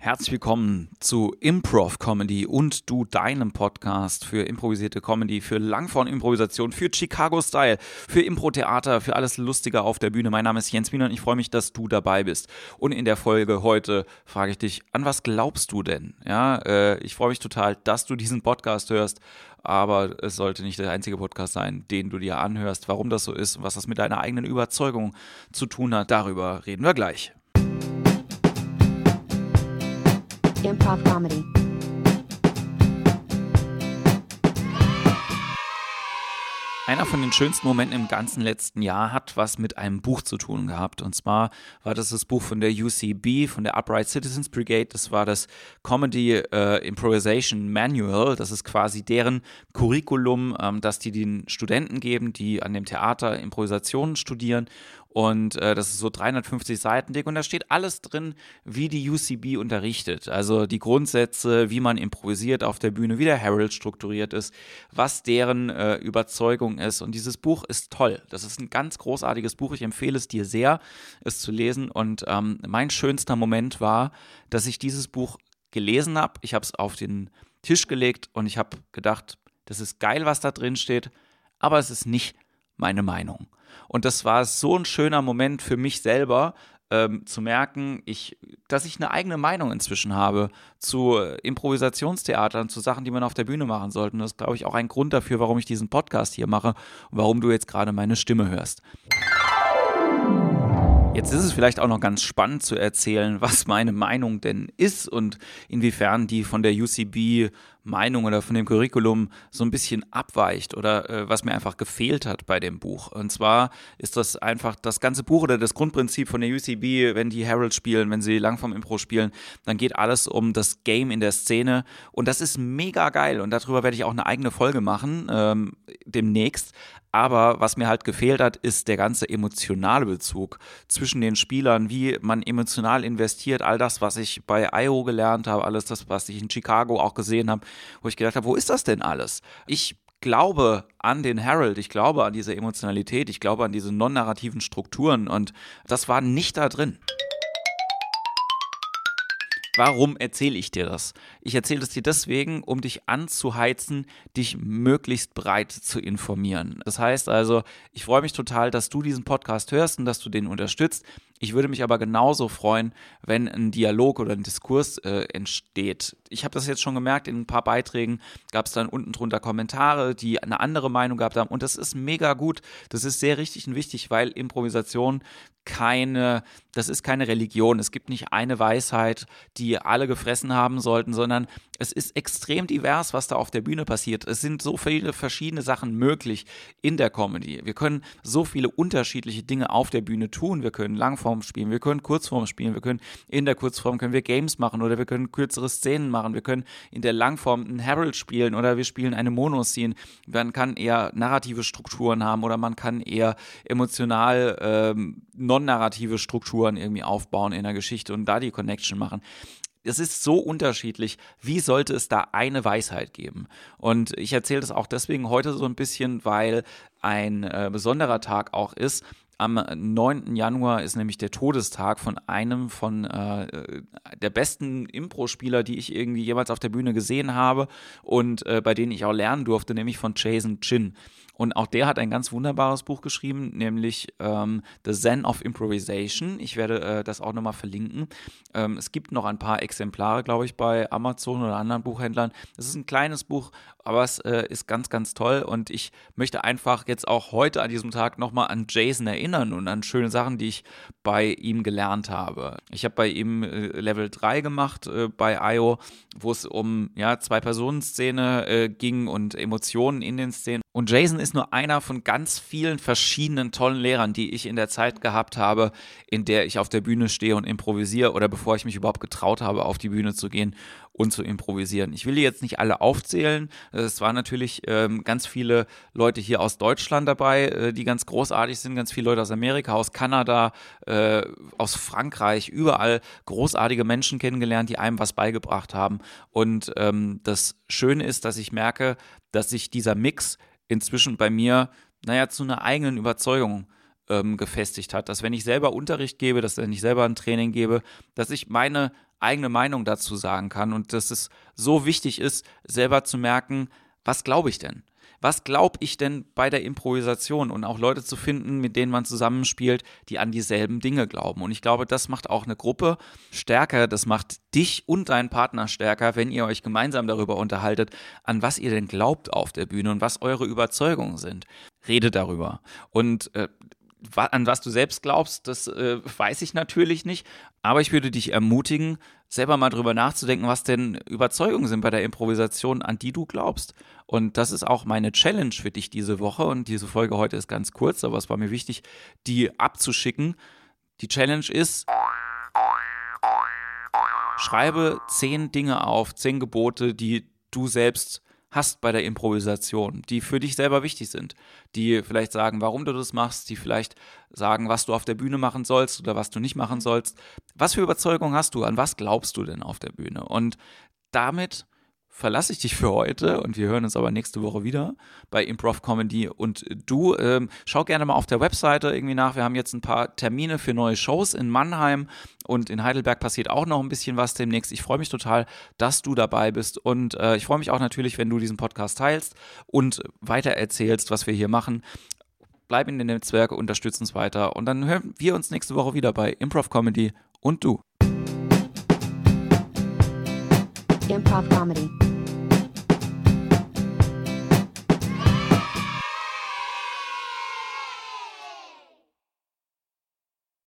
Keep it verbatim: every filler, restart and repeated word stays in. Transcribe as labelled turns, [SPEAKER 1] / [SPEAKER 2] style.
[SPEAKER 1] Herzlich willkommen zu Improv Comedy und du deinem Podcast für improvisierte Comedy, für Langform-Improvisation, für Chicago-Style, für Impro-Theater, für alles Lustige auf der Bühne. Mein Name ist Jens Wiener und ich freue mich, dass du dabei bist. Und in der Folge heute frage ich dich, an was glaubst du denn? Ja, äh, ich freue mich total, dass du diesen Podcast hörst, aber es sollte nicht der einzige Podcast sein, den du dir anhörst. Warum das so ist und was das mit deiner eigenen Überzeugung zu tun hat, darüber reden wir gleich.
[SPEAKER 2] Improv Comedy.
[SPEAKER 1] Einer von den schönsten Momenten im ganzen letzten Jahr hat was mit einem Buch zu tun gehabt. Und zwar war das das Buch von der U C B, von der Upright Citizens Brigade. Das war das Comedy äh, Improvisation Manual. Das ist quasi deren Curriculum, ähm, das die den Studenten geben, die an dem Theater Improvisationen studieren. Und äh, das ist so dreihundertfünfzig Seiten dick und da steht alles drin, wie die U C B unterrichtet. Also die Grundsätze, wie man improvisiert auf der Bühne, wie der Herald strukturiert ist, was deren äh, Überzeugung ist. Und dieses Buch ist toll. Das ist ein ganz großartiges Buch. Ich empfehle es dir sehr, es zu lesen. Und ähm, mein schönster Moment war, dass ich dieses Buch gelesen habe. Ich habe es auf den Tisch gelegt und ich habe gedacht, das ist geil, was da drin steht, aber es ist nicht meine Meinung. Und das war so ein schöner Moment für mich selber, ähm, zu merken, ich, dass ich eine eigene Meinung inzwischen habe zu Improvisationstheatern, zu Sachen, die man auf der Bühne machen sollte. Und das ist, glaube ich, auch ein Grund dafür, warum ich diesen Podcast hier mache und warum du jetzt gerade meine Stimme hörst. Jetzt ist es vielleicht auch noch ganz spannend zu erzählen, was meine Meinung denn ist und inwiefern die von der U C B Meinung oder von dem Curriculum so ein bisschen abweicht oder äh, was mir einfach gefehlt hat bei dem Buch. Und zwar ist das einfach das ganze Buch oder das Grundprinzip von der U C B, wenn die Herald spielen, wenn sie Langform-Impro spielen, dann geht alles um das Game in der Szene und das ist mega geil und darüber werde ich auch eine eigene Folge machen, ähm, demnächst. Aber was mir halt gefehlt hat, ist der ganze emotionale Bezug zwischen den Spielern, wie man emotional investiert, all das, was ich bei I O gelernt habe, alles das, was ich in Chicago auch gesehen habe, wo ich gedacht habe, wo ist das denn alles? Ich glaube an den Herald, ich glaube an diese Emotionalität, ich glaube an diese non-narrativen Strukturen und das war nicht da drin. Warum erzähle ich dir das? Ich erzähle es dir deswegen, um dich anzuheizen, dich möglichst breit zu informieren. Das heißt also, ich freue mich total, dass du diesen Podcast hörst und dass du den unterstützt. Ich würde mich aber genauso freuen, wenn ein Dialog oder ein Diskurs äh, entsteht. Ich habe das jetzt schon gemerkt, in ein paar Beiträgen gab es dann unten drunter Kommentare, die eine andere Meinung gehabt haben und das ist mega gut. Das ist sehr richtig und wichtig, weil Improvisation keine, das ist keine Religion. Es gibt nicht eine Weisheit, die alle gefressen haben sollten, sondern es ist extrem divers, was da auf der Bühne passiert. Es sind so viele verschiedene Sachen möglich in der Comedy. Wir können so viele unterschiedliche Dinge auf der Bühne tun. Wir können Langform spielen, wir können Kurzform spielen, wir können in der Kurzform können wir Games machen oder wir können kürzere Szenen machen. Wir können in der Langform einen Herald spielen oder wir spielen eine Mono-Scene. Man kann eher narrative Strukturen haben oder man kann eher emotional ähm, non-narrative Strukturen irgendwie aufbauen in der Geschichte und da die Connection machen. Es ist so unterschiedlich, wie sollte es da eine Weisheit geben? Und ich erzähle das auch deswegen heute so ein bisschen, weil ein äh, besonderer Tag auch ist. Am neunten Januar ist nämlich der Todestag von einem von äh, der besten Impro-Spieler, die ich irgendwie jemals auf der Bühne gesehen habe und äh, bei denen ich auch lernen durfte, nämlich von Jason Chin. Und auch der hat ein ganz wunderbares Buch geschrieben, nämlich ähm, The Zen of Improvisation. Ich werde äh, das auch nochmal verlinken. Ähm, es gibt noch ein paar Exemplare, glaube ich, bei Amazon oder anderen Buchhändlern. Es ist ein kleines Buch, aber es äh, ist ganz, ganz toll. Und ich möchte einfach jetzt auch heute an diesem Tag nochmal an Jason erinnern und an schöne Sachen, die ich bei ihm gelernt habe. Ich habe bei ihm äh, Level drei gemacht äh, bei I O, wo es um ja, Zwei-Personen-Szene äh, ging und Emotionen in den Szenen. Und Jason ist nur einer von ganz vielen verschiedenen tollen Lehrern, die ich in der Zeit gehabt habe, in der ich auf der Bühne stehe und improvisiere oder bevor ich mich überhaupt getraut habe, auf die Bühne zu gehen und zu improvisieren. Ich will die jetzt nicht alle aufzählen. Es waren natürlich ähm, ganz viele Leute hier aus Deutschland dabei, äh, die ganz großartig sind, ganz viele Leute aus Amerika, aus Kanada, äh, aus Frankreich, überall großartige Menschen kennengelernt, die einem was beigebracht haben. Und ähm, das Schöne ist, dass ich merke, dass sich dieser Mix inzwischen bei mir, naja, zu einer eigenen Überzeugung ähm, gefestigt hat, dass wenn ich selber Unterricht gebe, dass wenn ich selber ein Training gebe, dass ich meine eigene Meinung dazu sagen kann und dass es so wichtig ist, selber zu merken, was glaube ich denn? Was glaube ich denn bei der Improvisation und auch Leute zu finden, mit denen man zusammenspielt, die an dieselben Dinge glauben. Und ich glaube, das macht auch eine Gruppe stärker, das macht dich und deinen Partner stärker, wenn ihr euch gemeinsam darüber unterhaltet, an was ihr denn glaubt auf der Bühne und was eure Überzeugungen sind. Redet darüber. Und äh, an was du selbst glaubst, das äh, weiß ich natürlich nicht, aber ich würde dich ermutigen, selber mal drüber nachzudenken, was denn Überzeugungen sind bei der Improvisation, an die du glaubst. Und das ist auch meine Challenge für dich diese Woche und diese Folge heute ist ganz kurz, aber es war mir wichtig, die abzuschicken. Die Challenge ist, schreibe zehn Dinge auf, zehn Gebote, die du selbst hast bei der Improvisation, die für dich selber wichtig sind, die vielleicht sagen, warum du das machst, die vielleicht sagen, was du auf der Bühne machen sollst oder was du nicht machen sollst. Was für Überzeugung hast du? An was glaubst du denn auf der Bühne? Und damit verlasse ich dich für heute und wir hören uns aber nächste Woche wieder bei Improv Comedy und du, ähm, schau gerne mal auf der Webseite irgendwie nach, wir haben jetzt ein paar Termine für neue Shows in Mannheim und in Heidelberg passiert auch noch ein bisschen was demnächst. Ich freue mich total, dass du dabei bist und äh, ich freue mich auch natürlich, wenn du diesen Podcast teilst und weiter erzählst, was wir hier machen. Bleib in den Netzwerken, unterstütz uns weiter und dann hören wir uns nächste Woche wieder bei Improv Comedy und du.
[SPEAKER 2] Improv Comedy.